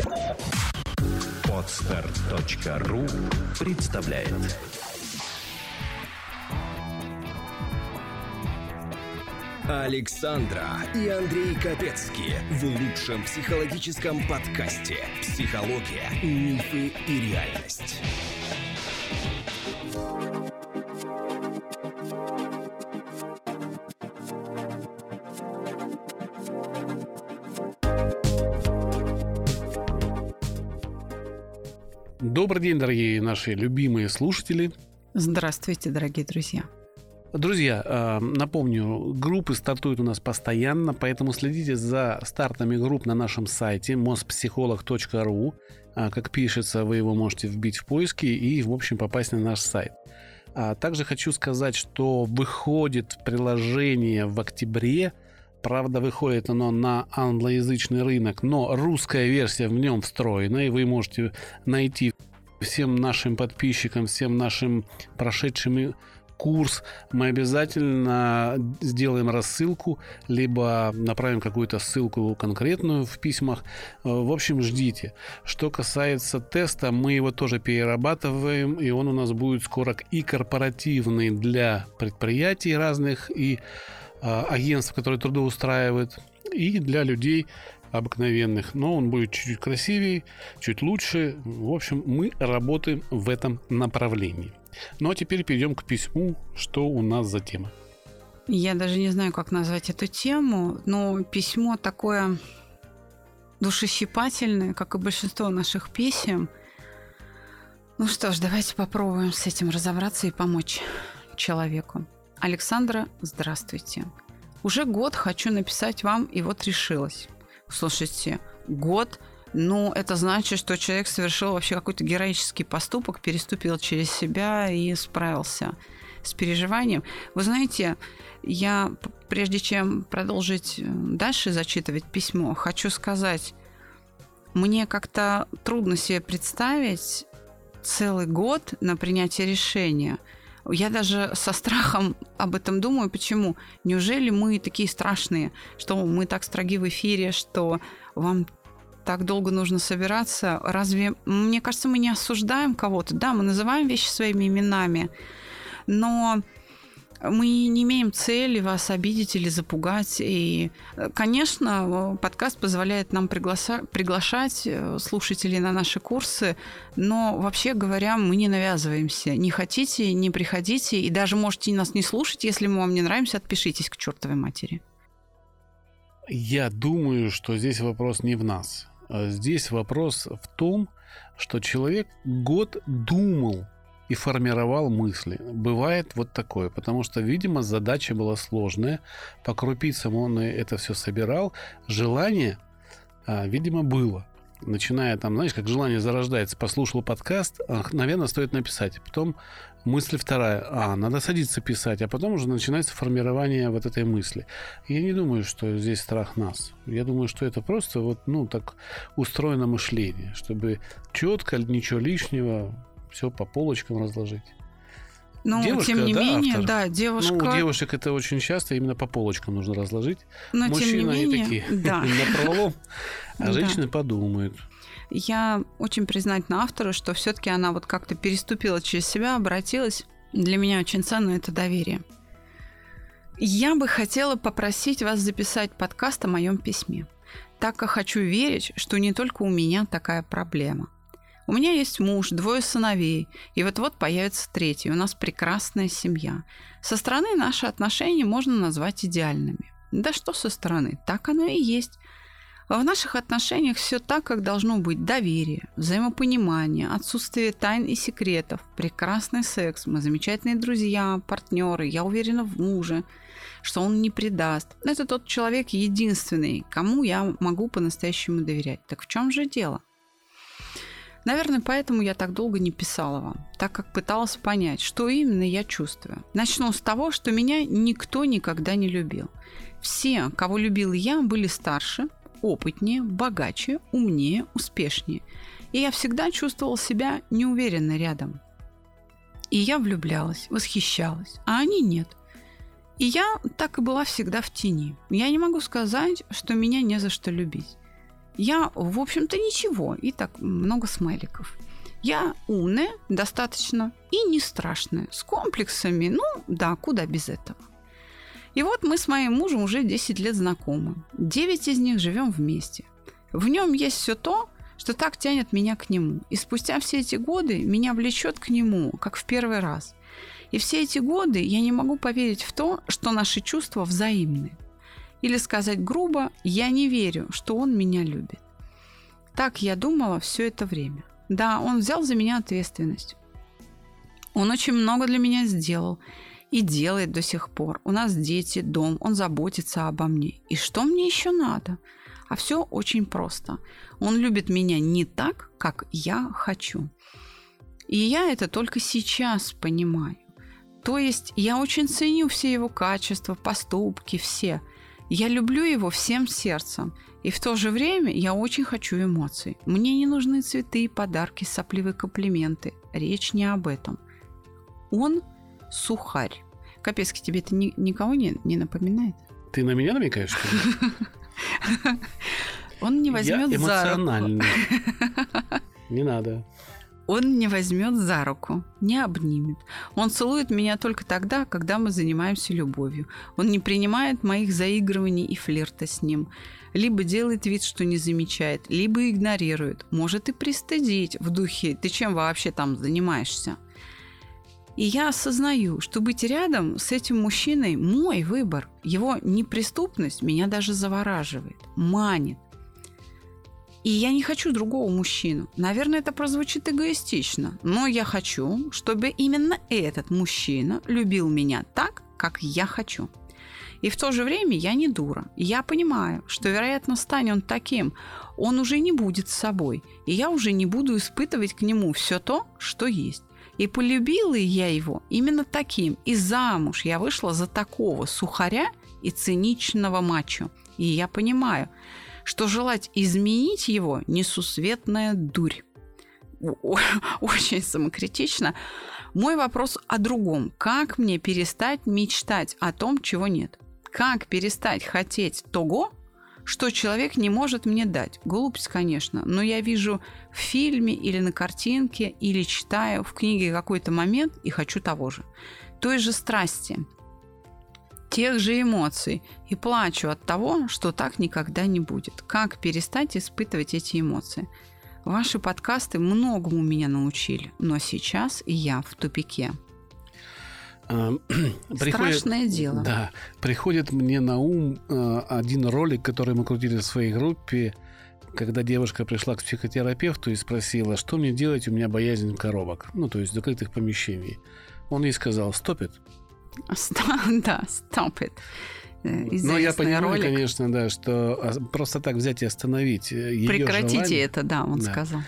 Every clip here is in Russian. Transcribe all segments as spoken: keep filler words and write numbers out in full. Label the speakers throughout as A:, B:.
A: Подстер точка ру представляет. Александра и Андрей Капецки в лучшем психологическом подкасте «Психология, мифы и реальность».
B: Добрый день, дорогие наши любимые слушатели.
C: Здравствуйте, дорогие друзья.
B: Друзья, напомню, группы стартуют у нас постоянно, поэтому следите за стартами групп на нашем сайте mospsycholog точка ру. Как пишется, вы его можете вбить в поиски и, в общем, попасть на наш сайт. Также хочу сказать, что выходит приложение в октябре. Правда, выходит оно на англоязычный рынок, но русская версия в нем встроена, и вы можете найти всем нашим подписчикам, всем нашим прошедшим курс. Мы обязательно сделаем рассылку, либо направим какую-то ссылку конкретную в письмах. В общем, ждите. Что касается теста, мы его тоже перерабатываем, и он у нас будет скоро и корпоративный для предприятий разных, и агентств, которые трудоустраивают, и для людей обыкновенных. Но он будет чуть-чуть красивее, чуть лучше. В общем, мы работаем в этом направлении. Ну а теперь перейдем к письму. Что у нас за тема?
C: Я даже не знаю, как назвать эту тему, но письмо такое душещипательное, как и большинство наших писем. Ну что ж, давайте попробуем с этим разобраться и помочь человеку. Александра, здравствуйте. Уже год хочу написать вам, и вот решилась. Слушайте, год, ну, это значит, что человек совершил вообще какой-то героический поступок, переступил через себя и справился с переживанием. Вы знаете, я, прежде чем продолжить дальше зачитывать письмо, хочу сказать, мне как-то трудно себе представить целый год на принятие решения. Я даже со страхом об этом думаю. Почему? Неужели мы такие страшные, что мы так строги в эфире, что вам так долго нужно собираться? Разве, мне кажется, мы не осуждаем кого-то? Да, мы называем вещи своими именами, но мы не имеем цели вас обидеть или запугать. И, конечно, подкаст позволяет нам пригласа- приглашать слушателей на наши курсы, но, вообще говоря, мы не навязываемся. Не хотите, не приходите, и даже можете нас не слушать. Если мы вам не нравимся, отпишитесь к чертовой матери.
B: Я думаю, что здесь вопрос не в нас. Здесь вопрос в том, что человек год думал и формировал мысли. Бывает вот такое, потому что, видимо, задача была сложная. По крупицам он это все собирал. Желание, видимо, было. Начиная там, знаешь, как желание зарождается. Послушал подкаст, наверное, стоит написать. Потом мысль вторая. А, надо садиться писать. А потом уже начинается формирование вот этой мысли. Я не думаю, что здесь страх нас. Я думаю, что это просто вот, ну, так устроено мышление, чтобы четко, ничего лишнего, все по полочкам разложить.
C: Ну,
B: девушка,
C: тем не
B: да,
C: менее,
B: автор?
C: да, девушка...
B: Ну, у девушек это очень часто именно по полочкам нужно разложить.
C: Но
B: Мужчины,
C: тем не менее,
B: они такие
C: да.
B: напролом, а
C: Да.
B: женщины подумают.
C: Я очень признательна автору, что все-таки она вот как-то переступила через себя, обратилась. Для меня очень ценно это доверие. Я бы хотела попросить вас записать подкаст о моем письме, так как хочу верить, что не только у меня такая проблема. У меня есть муж, двое сыновей, и вот-вот появится третий. У нас прекрасная семья. Со стороны наши отношения можно назвать идеальными. Да что со стороны? Так оно и есть. В наших отношениях все так, как должно быть. Доверие, взаимопонимание, отсутствие тайн и секретов, прекрасный секс, мы замечательные друзья, партнеры. Я уверена в муже, что он не предаст. Это тот человек единственный, кому я могу по-настоящему доверять. Так в чем же дело? Наверное, поэтому я так долго не писала вам, так как пыталась понять, что именно я чувствую. Начну с того, что меня никто никогда не любил. Все, кого любил я, были старше, опытнее, богаче, умнее, успешнее. И я всегда чувствовала себя неуверенно рядом. И я влюблялась, восхищалась, а они нет. И я так и была всегда в тени. Я не могу сказать, что меня не за что любить. Я, в общем-то, ничего. И так много смайликов. Я умная, достаточно, и не страшная. С комплексами, ну, да, куда без этого. И вот мы с моим мужем уже десять лет знакомы. девять из них живем вместе. В нем есть все то, что так тянет меня к нему. И спустя все эти годы меня влечет к нему, как в первый раз. И все эти годы я не могу поверить в то, что наши чувства взаимны. Или сказать грубо, я не верю, что он меня любит. Так я думала все это время. Да, он взял за меня ответственность. Он очень много для меня сделал и делает до сих пор. У нас дети, дом, он заботится обо мне. И что мне еще надо? А все очень просто. Он любит меня не так, как я хочу. И я это только сейчас понимаю. То есть я очень ценю все его качества, поступки, все. Я люблю его всем сердцем. И в то же время я очень хочу эмоций. Мне не нужны цветы, подарки, сопливые комплименты. Речь не об этом. Он сухарь. Капецкий, тебе это ни, никого не, не напоминает?
B: Ты на меня намекаешь, что ли?
C: Он не возьмет
B: Я
C: за руку.
B: эмоциональный. Не надо.
C: Он не возьмет за руку, не обнимет. Он целует меня только тогда, когда мы занимаемся любовью. Он не принимает моих заигрываний и флирта с ним. Либо делает вид, что не замечает, либо игнорирует. Может и пристыдить в духе «ты чем вообще там занимаешься?». И я осознаю, что быть рядом с этим мужчиной – мой выбор. Его неприступность меня даже завораживает, манит. И я не хочу другого мужчину. Наверное, это прозвучит эгоистично, но я хочу, чтобы именно этот мужчина любил меня так, как я хочу. И в то же время я не дура. Я понимаю, что, вероятно, станет он таким, он уже не будет с собой, и я уже не буду испытывать к нему все то, что есть. И полюбила я его именно таким, и замуж я вышла за такого сухаря и циничного мачо. И я понимаю, что желать изменить его – несусветная дурь. Очень самокритично. Мой вопрос о другом. Как мне перестать мечтать о том, чего нет? Как перестать хотеть того, что человек не может мне дать? Глупость, конечно, но я вижу в фильме или на картинке, или читаю в книге какой-то момент и хочу того же. Той же страсти, тех же эмоций, и плачу от того, что так никогда не будет. Как перестать испытывать эти эмоции? Ваши подкасты многому меня научили, но сейчас я в тупике.
B: Приходит,
C: Страшное дело.
B: Да, приходит мне на ум э, один ролик, который мы крутили в своей группе, когда девушка пришла к психотерапевту и спросила, что мне делать, у меня боязнь коробок, ну, то есть закрытых помещений. Он ей сказал «Stop it».
C: Да, stop it.
B: Ну, я понимаю,
C: ролик.
B: конечно, да, что просто так взять и остановить ее
C: Прекратите
B: желание,
C: это, да, он
B: да,
C: сказал.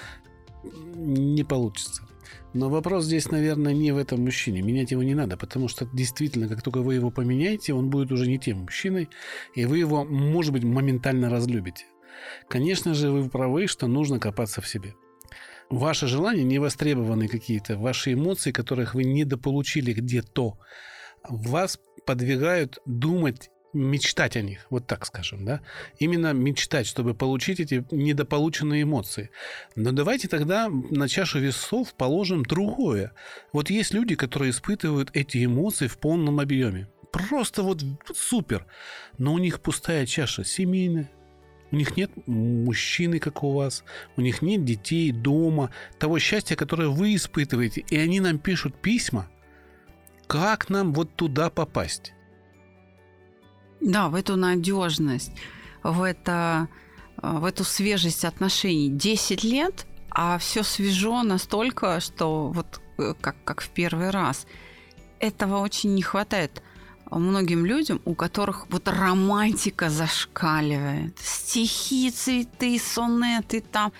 B: Не получится. Но вопрос здесь, наверное, не в этом мужчине. Менять его не надо, потому что действительно, как только вы его поменяете, он будет уже не тем мужчиной, и вы его, может быть, моментально разлюбите. Конечно же, вы правы, что нужно копаться в себе. Ваши желания не востребованы какие-то, ваши эмоции, которых вы недополучили где-то, вас подвигают думать, мечтать о них, вот так скажем, да? Именно мечтать, чтобы получить эти недополученные эмоции. Но давайте тогда на чашу весов положим другое. Вот есть люди, которые испытывают эти эмоции в полном объеме. Просто вот супер. Но у них пустая чаша семейная. У них нет мужчины, как у вас. У них нет детей, дома. Того счастья, которое вы испытываете. И они нам пишут письма. Как нам вот туда попасть?
C: Да, в эту надежность, в, это, в эту свежесть отношений. десять лет, а все свежо настолько, что вот как, как в первый раз. Этого очень не хватает многим людям, у которых вот романтика зашкаливает. Стихи, цветы, сонеты там.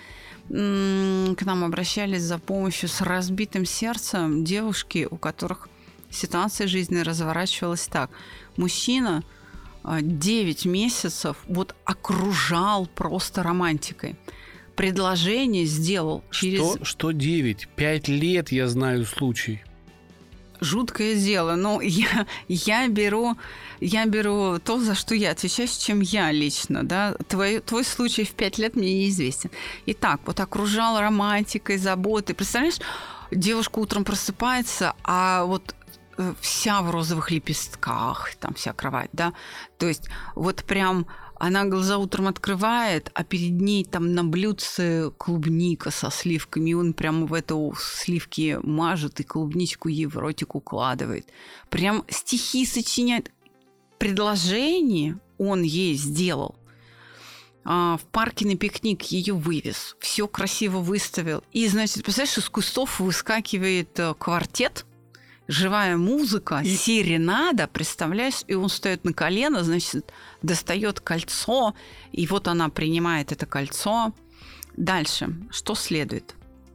C: К нам обращались за помощью с разбитым сердцем девушки, у которых ситуация жизни разворачивалась так. Мужчина девять месяцев вот окружал просто романтикой. Предложение сделал через...
B: Что, что девять? пять лет я знаю случай.
C: жуткое дело. Но я, я, беру, я беру то, за что я отвечаю, с чем я лично. Да? Твой, твой случай в пять лет мне неизвестен. Итак, вот окружал романтикой, заботой. Представляешь, девушка утром просыпается, а вот вся в розовых лепестках, там вся кровать, да, то есть вот прям она глаза утром открывает, а перед ней там на блюдце клубника со сливками, и он прямо в эту сливки мажет и клубничку ей в ротик укладывает. Прям стихи сочиняет. Предложение он ей сделал. В парке на пикник ее вывез, все красиво выставил. И, значит, представляешь, из кустов выскакивает квартет, живая музыка, и... серенада, представляешь, и он встает на колено, значит, достает кольцо, и вот она принимает это кольцо. Дальше, что следует?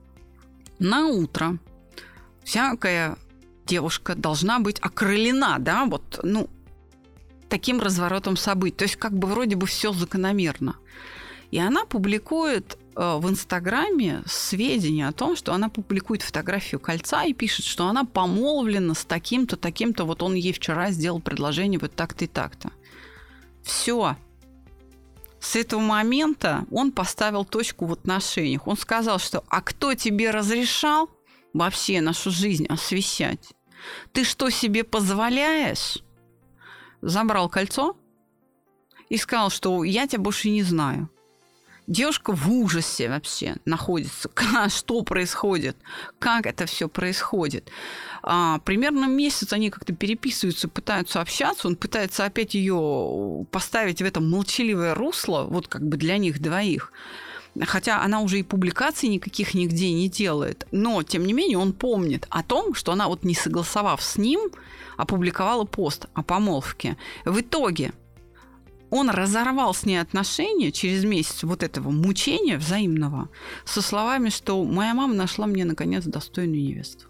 C: На утро всякая девушка должна быть окрылена, да, вот, ну, таким разворотом событий. То есть как бы вроде бы все закономерно. И она публикует в Инстаграме сведения о том, что она публикует фотографию кольца и пишет, что она помолвлена с таким-то, таким-то, вот он ей вчера сделал предложение вот так-то и так-то. Все. С этого момента он поставил точку в отношениях. Он сказал, что «А кто тебе разрешал вообще нашу жизнь освещать? Ты что себе позволяешь?» Забрал кольцо и сказал, что «я тебя больше не знаю». Девушка в ужасе вообще находится. Что происходит? Как это все происходит? А, примерно месяц они как-то переписываются, пытаются общаться. Он пытается опять ее поставить в это молчаливое русло, вот как бы для них двоих. Хотя она уже и публикаций никаких нигде не делает. Но, тем не менее, он помнит о том, что она, вот не согласовав с ним, опубликовала пост о помолвке. В итоге он разорвал с ней отношения через месяц вот этого мучения взаимного со словами, что «моя мама нашла мне, наконец, достойную невесту».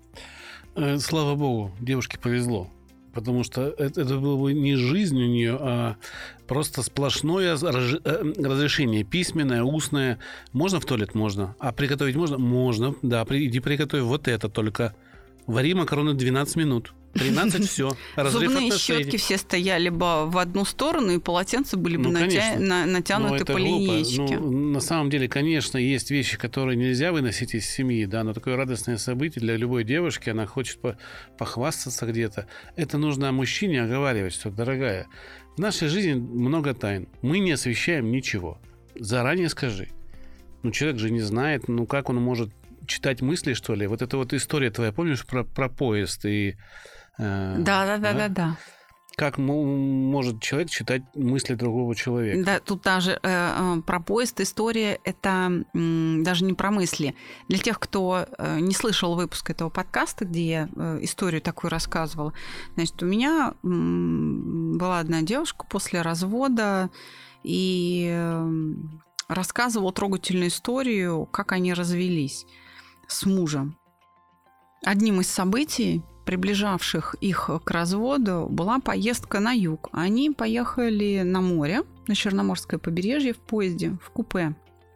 B: Слава богу, девушке повезло. Потому что это, это было бы не жизнь у нее, а просто сплошное разрешение. Письменное, устное. Можно в туалет? Можно. А приготовить можно? Можно. Да, иди приготовь вот это только. Вари макароны двенадцать минут. тринадцать все.
C: Зубные щетки все стояли бы в одну сторону, и полотенца были бы ну, натя... на... натянуты по линейке.
B: Ну, на самом деле, конечно, есть вещи, которые нельзя выносить из семьи, да, но такое радостное событие для любой девушки, она хочет похвастаться где-то. Это нужно мужчине оговаривать, что, дорогая, в нашей жизни много тайн. Мы не освещаем ничего. Заранее скажи. Ну, человек же не знает, ну, как он может читать мысли, что ли? Вот эта вот история твоя, помнишь, про, про поезд и...
C: Э, да, да, да, да, да.
B: Как может человек читать мысли другого человека?
C: Да, тут даже э, про поезд история, это э, даже не про мысли. Для тех, кто э, не слышал выпуск этого подкаста, где я э, историю такую рассказывала, значит, у меня э, была одна девушка после развода, и э, рассказывала трогательную историю, как они развелись с мужем. Одним из событий, приближавших их к разводу, была поездка на юг. Они поехали на море, на Черноморское побережье в поезде, в купе.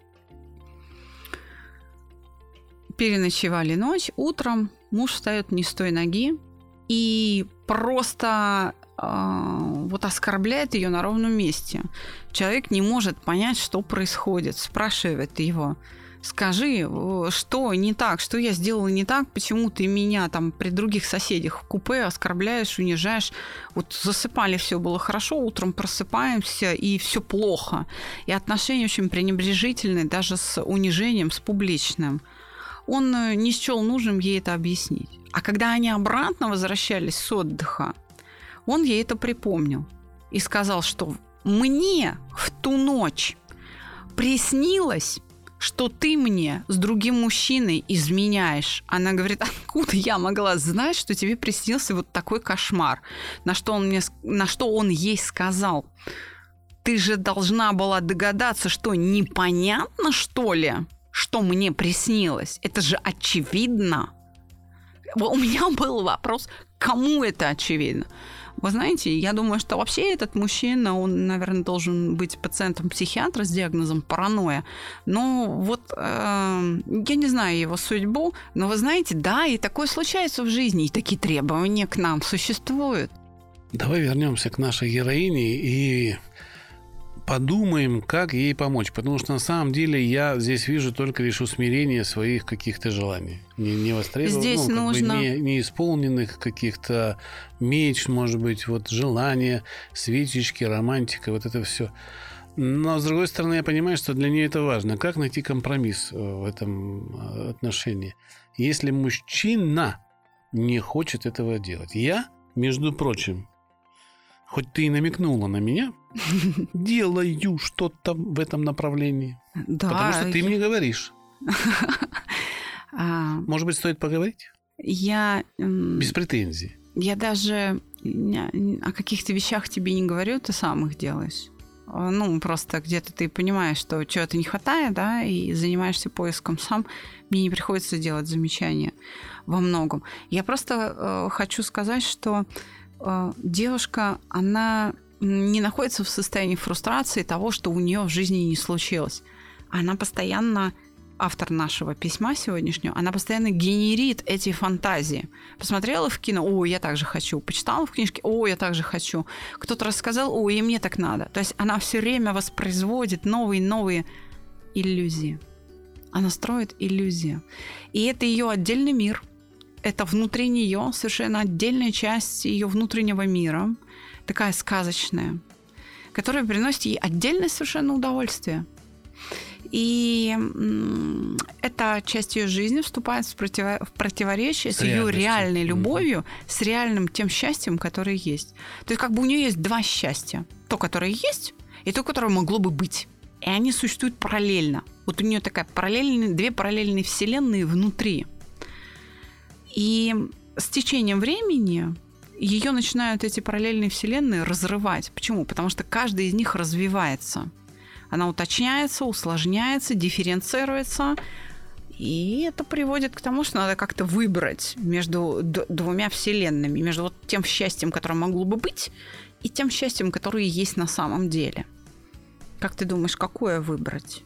C: Переночевали ночь. Утром муж встает не с той ноги и просто э, вот оскорбляет ее на ровном месте. Человек не может понять, что происходит. Спрашивает его: скажи, что не так, что я сделала не так, почему ты меня там при других соседях в купе оскорбляешь, унижаешь. Вот засыпали, все было хорошо, утром просыпаемся, и все плохо. И отношения очень пренебрежительные, даже с унижением, с публичным. Он не счел нужным ей это объяснить. А когда они обратно возвращались с отдыха, он ей это припомнил и сказал, что мне в ту ночь приснилось, что ты мне с другим мужчиной изменяешь. Она говорит: откуда я могла знать, что тебе приснился вот такой кошмар? На что он, мне, на что он ей сказал: ты же должна была догадаться, что непонятно, что ли, что мне приснилось? Это же очевидно. У меня был вопрос, кому это очевидно? Вы знаете, я думаю, что вообще этот мужчина, он, наверное, должен быть пациентом психиатра с диагнозом паранойя. Но вот э, я не знаю его судьбу, но вы знаете, да, и такое случается в жизни, и такие требования к нам существуют.
B: Давай вернемся к нашей героине и подумаем, как ей помочь. Потому что на самом деле я здесь вижу только лишь усмирение своих каких-то желаний. Не, не востребованных,
C: здесь
B: ну,
C: нужно...
B: как бы не, не исполненных каких-то меч, может быть, вот желания, свечечки, романтика, вот это все. Но, с другой стороны, я понимаю, что для нее это важно. Как найти компромисс в этом отношении? Если мужчина не хочет этого делать. Я, между прочим, хоть ты и намекнула на меня, делаю что-то в этом направлении.
C: Да.
B: Потому что ты
C: я...
B: мне говоришь. Может быть, стоит поговорить?
C: Я...
B: Без претензий.
C: Я даже о каких-то вещах тебе не говорю, ты сам их делаешь. Ну, просто где-то ты понимаешь, что чего-то не хватает, да, и занимаешься поиском сам. Мне не приходится делать замечания во многом. Я просто э, хочу сказать, что э, девушка, она не находится в состоянии фрустрации того, что у нее в жизни не случилось. Она постоянно, автор нашего письма сегодняшнего, она постоянно генерит эти фантазии. Посмотрела в кино, о, я так же хочу. Почитала в книжке, о, я так же хочу. Кто-то рассказал, о, и мне так надо. То есть она все время воспроизводит новые-новые иллюзии. Она строит иллюзии. И это ее отдельный мир. Это внутри нее совершенно отдельная часть ее внутреннего мира, такая сказочная, которая приносит ей отдельное совершенно удовольствие. И эта часть ее жизни вступает в, против... в противоречие с, с ее реальной любовью, mm-hmm. с реальным тем счастьем, которое есть. То есть как бы у нее есть два счастья. То, которое есть, и то, которое могло бы быть. И они существуют параллельно. Вот у нее такая параллельная, две параллельные вселенные внутри. И с течением времени ее начинают эти параллельные вселенные разрывать. Почему? Потому что каждая из них развивается. Она уточняется, усложняется, дифференцируется. И это приводит к тому, что надо как-то выбрать между д- двумя вселенными. Между вот тем счастьем, которое могло бы быть, и тем счастьем, которое есть на самом деле. Как ты думаешь, какое выбрать?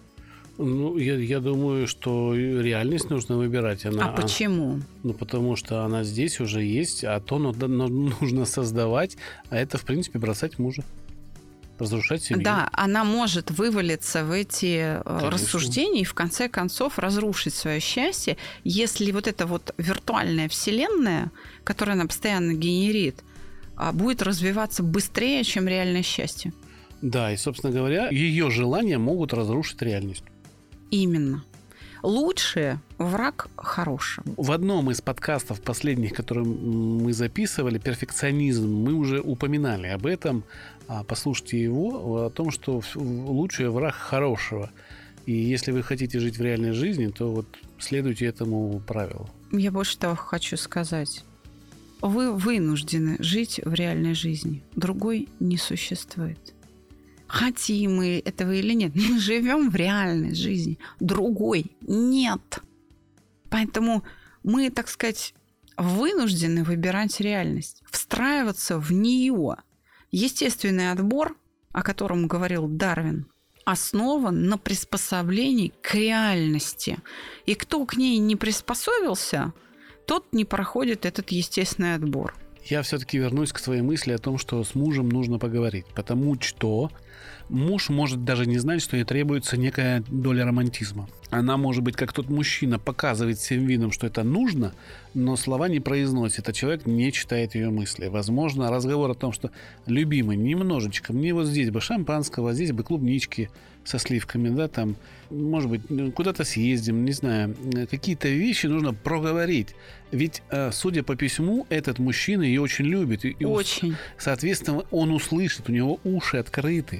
B: Ну, я, я думаю, что реальность нужно выбирать. Она,
C: а почему?
B: Ну, потому что она здесь уже есть, а то нужно создавать, а это, в принципе, бросать мужа. Разрушать семью.
C: Да, она может вывалиться в эти Конечно. рассуждения и в конце концов разрушить свое счастье, если вот эта вот виртуальная вселенная, которую она постоянно генерит, будет развиваться быстрее, чем реальное счастье.
B: Да, и, собственно говоря, ее желания могут разрушить реальность.
C: Именно. Лучшее враг хорошего.
B: В одном из подкастов последних, которые мы записывали, «Перфекционизм», мы уже упоминали об этом. Послушайте его, о том, что лучший враг хорошего. И если вы хотите жить в реальной жизни, то вот следуйте этому правилу.
C: Я больше того хочу сказать. Вы вынуждены жить в реальной жизни. Другой не существует. Хотим мы этого или нет, мы живем в реальной жизни. Другой нет. Поэтому мы, так сказать, вынуждены выбирать реальность, встраиваться в нее. Естественный отбор, о котором говорил Дарвин, основан на приспособлении к реальности. И кто к ней не приспособился, тот не проходит этот естественный отбор.
B: Я все-таки вернусь к своей мысли о том, что с мужем нужно поговорить, потому что муж может даже не знать, что ей требуется некая доля романтизма. Она, может быть, как тот мужчина, показывает всем видом, что это нужно, но слова не произносит, а человек не читает ее мысли. Возможно, разговор о том, что любимый, немножечко, мне вот здесь бы шампанского, здесь бы клубнички со сливками, да, там, может быть, куда-то съездим, не знаю, какие-то вещи нужно проговорить. Ведь, судя по письму, этот мужчина ее очень любит. И,
C: очень.
B: Соответственно, он услышит, у него уши открыты.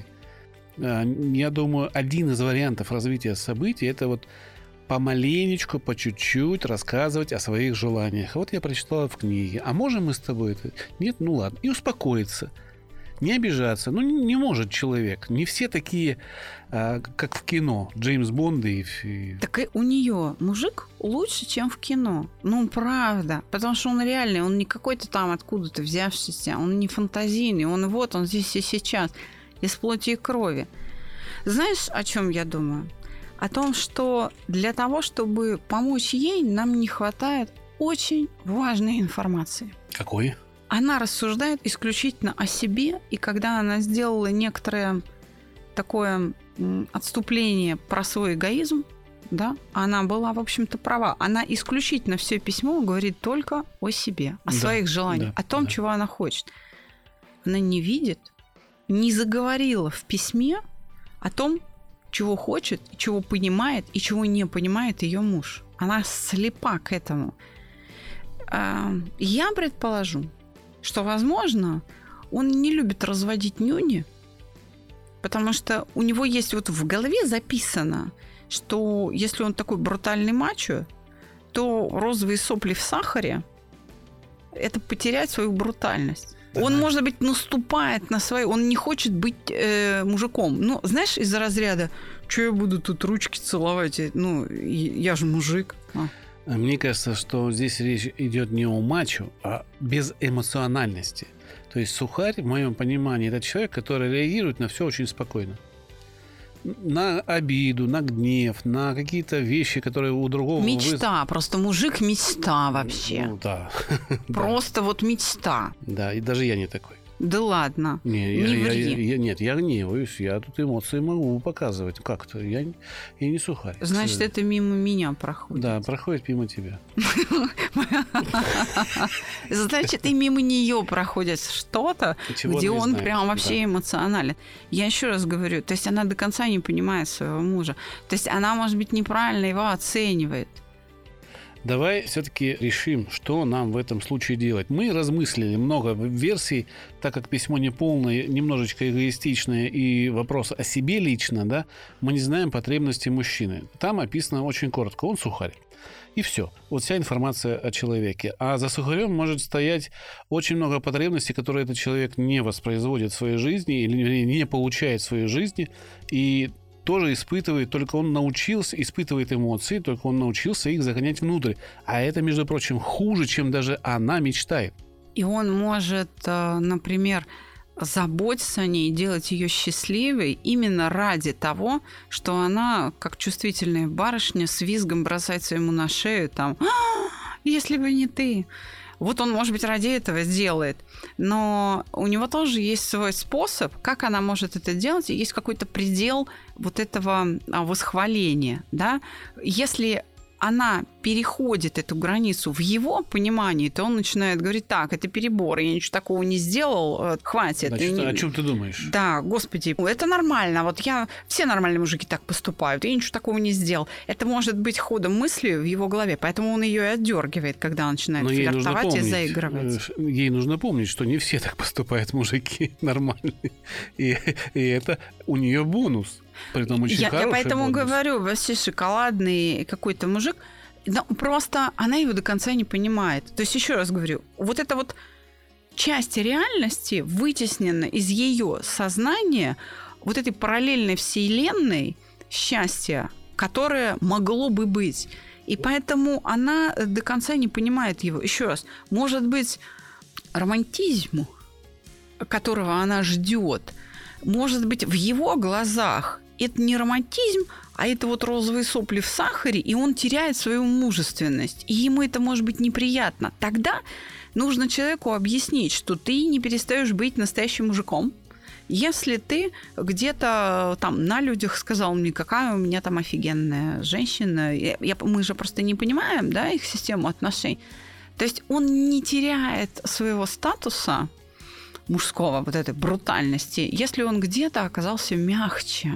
B: Я думаю, один из вариантов развития событий – это вот помаленечку, по чуть-чуть рассказывать о своих желаниях. Вот я прочитала в книге. А можем мы с тобой это? Нет? Ну ладно. И успокоиться. не обижаться. Ну, не может человек. Не все такие, а, как в кино. Джеймс Бонды. И...
C: Так и у нее мужик лучше, чем в кино. Ну, правда. Потому что он реальный. Он не какой-то там откуда-то взявшийся. Он не фантазийный. Он вот, он здесь и сейчас. Из плоти и крови. Знаешь, о чем я думаю? О том, что для того, чтобы помочь ей, нам не хватает очень важной информации.
B: Какой?
C: Она рассуждает исключительно о себе, и когда она сделала некоторое такое отступление про свой эгоизм, да, она была, в общем-то, права. Она исключительно все письмо говорит только о себе, о да, своих желаниях, да, о том, да. чего она хочет. Она не видит, не заговорила в письме о том, чего хочет, чего понимает и чего не понимает ее муж. Она слепа к этому. Я предположу, что, возможно, он не любит разводить нюни, потому что у него есть вот в голове записано, что если он такой брутальный мачо, то розовые сопли в сахаре – это потерять свою брутальность. Он, ага. может быть, наступает на свои... Он не хочет быть э, мужиком. Ну, знаешь, из-за разряда, что я буду тут ручки целовать? Ну, я же мужик. А.
B: Мне кажется, что здесь речь идет не о мачо, а без эмоциональности. То есть сухарь, в моем понимании, это человек, который реагирует на все очень спокойно. На обиду, на гнев, на какие-то вещи, которые у другого...
C: Мечта, выз... просто мужик мечта вообще.
B: Ну да.
C: Просто вот мечта.
B: Да, и даже я не такой.
C: Да ладно,
B: не,
C: не
B: я,
C: ври.
B: Я, я, нет, я гневаюсь, я тут эмоции могу показывать как-то. Я, я не сухарь.
C: Значит, это мимо меня проходит.
B: Да, проходит мимо тебя.
C: Значит, и мимо нее проходит что-то, где он прям вообще эмоционален. Я еще раз говорю, то есть она до конца не понимает своего мужа. То есть она, может быть, неправильно его оценивает.
B: Давай все-таки решим, что нам в этом случае делать. Мы размыслили много версий, так как письмо неполное, немножечко эгоистичное и вопрос о себе лично, да, мы не знаем потребностей мужчины. Там описано очень коротко. Он сухарь. И все. Вот вся информация о человеке. А за сухарем может стоять очень много потребностей, которые этот человек не воспроизводит в своей жизни или не получает в своей жизни. И тоже испытывает, только он научился, испытывает эмоции, только он научился их загонять внутрь. А это, между прочим, хуже, чем даже она мечтает.
C: И он может, например, заботиться о ней, делать ее счастливой именно ради того, что она, как чувствительная барышня, с визгом бросается ему на шею, там, если бы не ты. Вот он, может быть, ради этого сделает. Но у него тоже есть свой способ, как она может это делать. И есть какой-то предел вот этого восхваления. Да? Если она переходит эту границу в его понимании, то он начинает говорить: так, это перебор, я ничего такого не сделал, хватит.
B: Значит,
C: не...
B: о чем ты думаешь?
C: Да, господи, это нормально, вот я, все нормальные мужики так поступают, я ничего такого не сделал. Это может быть ходом мысли в его голове, поэтому он ее и отдергивает, когда он начинает
B: Но
C: флиртовать и заигрывать.
B: Ей нужно помнить, что не все так поступают мужики нормальные, и, и это у нее бонус. Притом очень
C: я, я поэтому
B: бонус.
C: говорю, вообще шоколадный какой-то мужик, но просто она его до конца не понимает. То есть, еще раз говорю, вот эта вот часть реальности вытеснена из ее сознания вот этой параллельной вселенной счастья, которое могло бы быть. И поэтому она до конца не понимает его. Еще раз, может быть, романтизм, которого она ждет, может быть, в его глазах это не романтизм, а это вот розовые сопли в сахаре, и он теряет свою мужественность. И ему это может быть неприятно. Тогда нужно человеку объяснить, что ты не перестаешь быть настоящим мужиком. Если ты где-то там на людях сказал мне, какая у меня там офигенная женщина, я, я, мы же просто не понимаем, да, их систему отношений. То есть он не теряет своего статуса мужского, вот этой брутальности, если он где-то оказался мягче.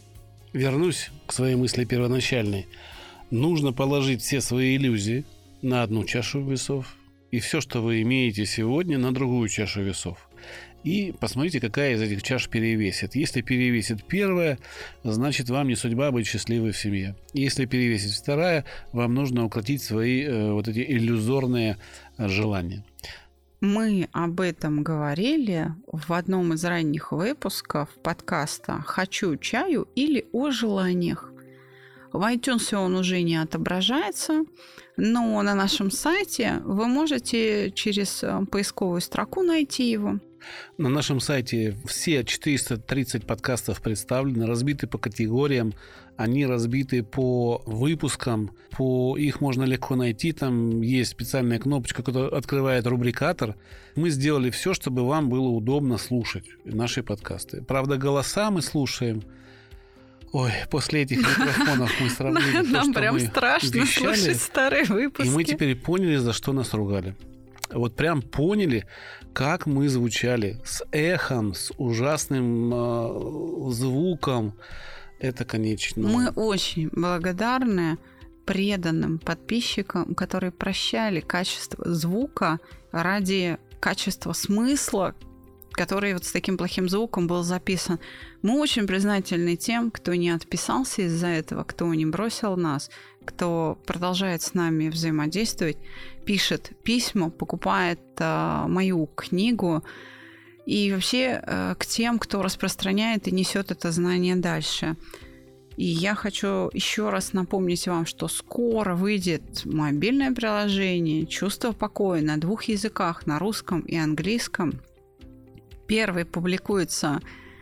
B: Вернусь к своей мысли первоначальной. Нужно положить все свои иллюзии на одну чашу весов и все, что вы имеете сегодня, на другую чашу весов. И посмотрите, какая из этих чаш перевесит. Если перевесит первая, значит, вам не судьба быть счастливой в семье. Если перевесит вторая, вам нужно укротить свои э, вот эти иллюзорные желания.
C: Мы об этом говорили в одном из ранних выпусков подкаста «Хочу чаю» или «О желаниях». В iTunes он уже не отображается, но на нашем сайте вы можете через поисковую строку найти его.
B: На нашем сайте все четыреста тридцать подкастов представлены, разбиты по категориям, они разбиты по выпускам, по их можно легко найти, там есть специальная кнопочка, которая открывает рубрикатор. Мы сделали все, чтобы вам было удобно слушать наши подкасты. Правда, голоса мы слушаем. Ой, после этих микрофонов мы сравнили то,
C: Нам
B: что
C: прям
B: мы
C: страшно
B: вещали,
C: слушать старые выпуски.
B: и мы теперь поняли, за что нас ругали. Вот прям поняли, как мы звучали. С эхом, с ужасным э, звуком. Это, конечно...
C: Мы очень благодарны преданным подписчикам, которые прощали качество звука ради качества смысла, который вот с таким плохим звуком был записан. Мы очень признательны тем, кто не отписался из-за этого, кто не бросил нас, кто продолжает с нами взаимодействовать, пишет письма, покупает э, мою книгу, и вообще э, к тем, кто распространяет и несет это знание дальше. И я хочу еще раз напомнить вам, что скоро выйдет мобильное приложение «Чувство покоя» на двух языках, на русском и английском. Первый публикуется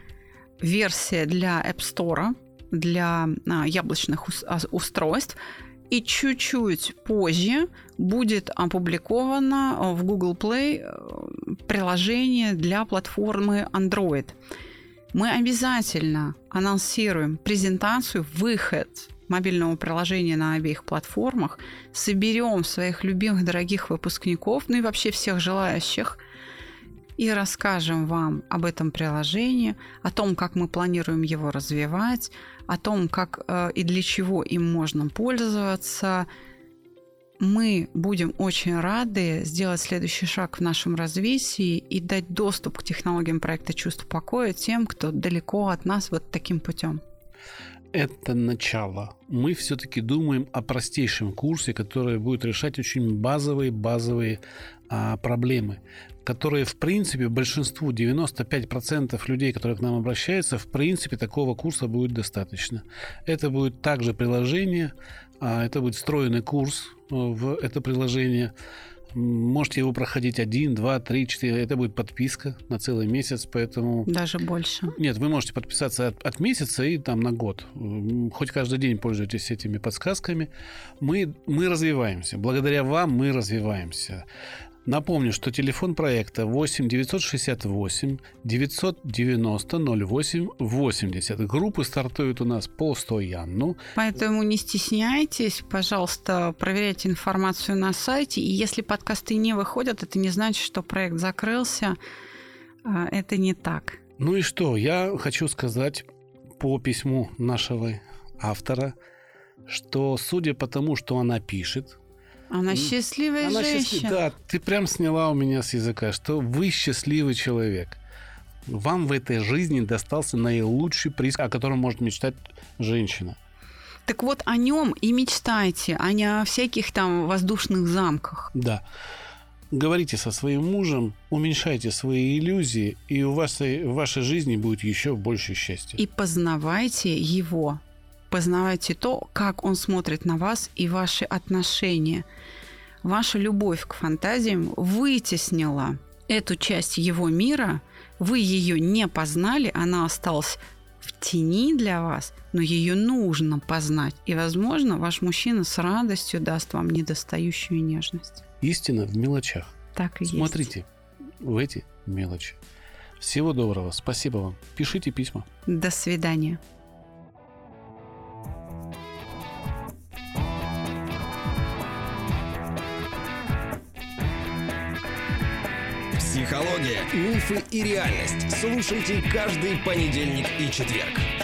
C: версия для App Store, для а, яблочных ус- устройств, и чуть-чуть позже будет опубликовано в Google Play приложение для платформы Android. Мы обязательно анонсируем презентацию, выход мобильного приложения на обеих платформах, соберем своих любимых, дорогих выпускников, ну и вообще всех желающих, и расскажем вам об этом приложении, о том, как мы планируем его развивать, о том, как э, и для чего им можно пользоваться. Мы будем очень рады сделать следующий шаг в нашем развитии и дать доступ к технологиям проекта «Чувство покоя» тем, кто далеко от нас вот таким путем.
B: Это начало. Мы все-таки думаем о простейшем курсе, который будет решать очень базовые-базовые а, проблемы, которые, в принципе, большинству, девяносто пять процентов людей, которые к нам обращаются, в принципе, такого курса будет достаточно. Это будет также приложение, а, это будет встроенный курс в это приложение. Можете его проходить один, два, три, четыре. Это будет подписка на целый месяц, поэтому...
C: Даже больше.
B: Нет, вы можете подписаться от, от месяца и там на год. Хоть каждый день пользуйтесь этими подсказками. Мы, мы развиваемся. Благодаря вам мы развиваемся. Напомню, что телефон проекта восемь девятьсот шестьдесят восемь девятьсот девяносто ноль восемь восемьдесят. Группы стартуют у нас постоянно.
C: Поэтому не стесняйтесь, пожалуйста, проверяйте информацию на сайте. И если подкасты не выходят, это не значит, что проект закрылся. Это не так.
B: Ну и что? Я хочу сказать по письму нашего автора, что судя по тому, что она пишет,
C: Она счастливая
B: Она
C: женщина.
B: счастлив... Да, ты прям сняла у меня с языка, что вы счастливый человек. Вам в этой жизни достался наилучший приз, о котором может мечтать женщина.
C: Так вот, о нем и мечтайте, а не о всяких там воздушных замках.
B: Да. Говорите со своим мужем, уменьшайте свои иллюзии, и у вас в вашей жизни будет еще больше счастья.
C: И познавайте его. Познавайте то, как он смотрит на вас и ваши отношения. Ваша любовь к фантазиям вытеснила эту часть его мира. Вы ее не познали, она осталась в тени для вас, но ее нужно познать. И, возможно, ваш мужчина с радостью даст вам недостающую нежность.
B: Истина в мелочах.
C: Так и есть.
B: Смотрите в эти мелочи. Всего доброго. Спасибо вам. Пишите письма.
C: До свидания.
A: Психология, мифы и реальность. Слушайте каждый понедельник и четверг.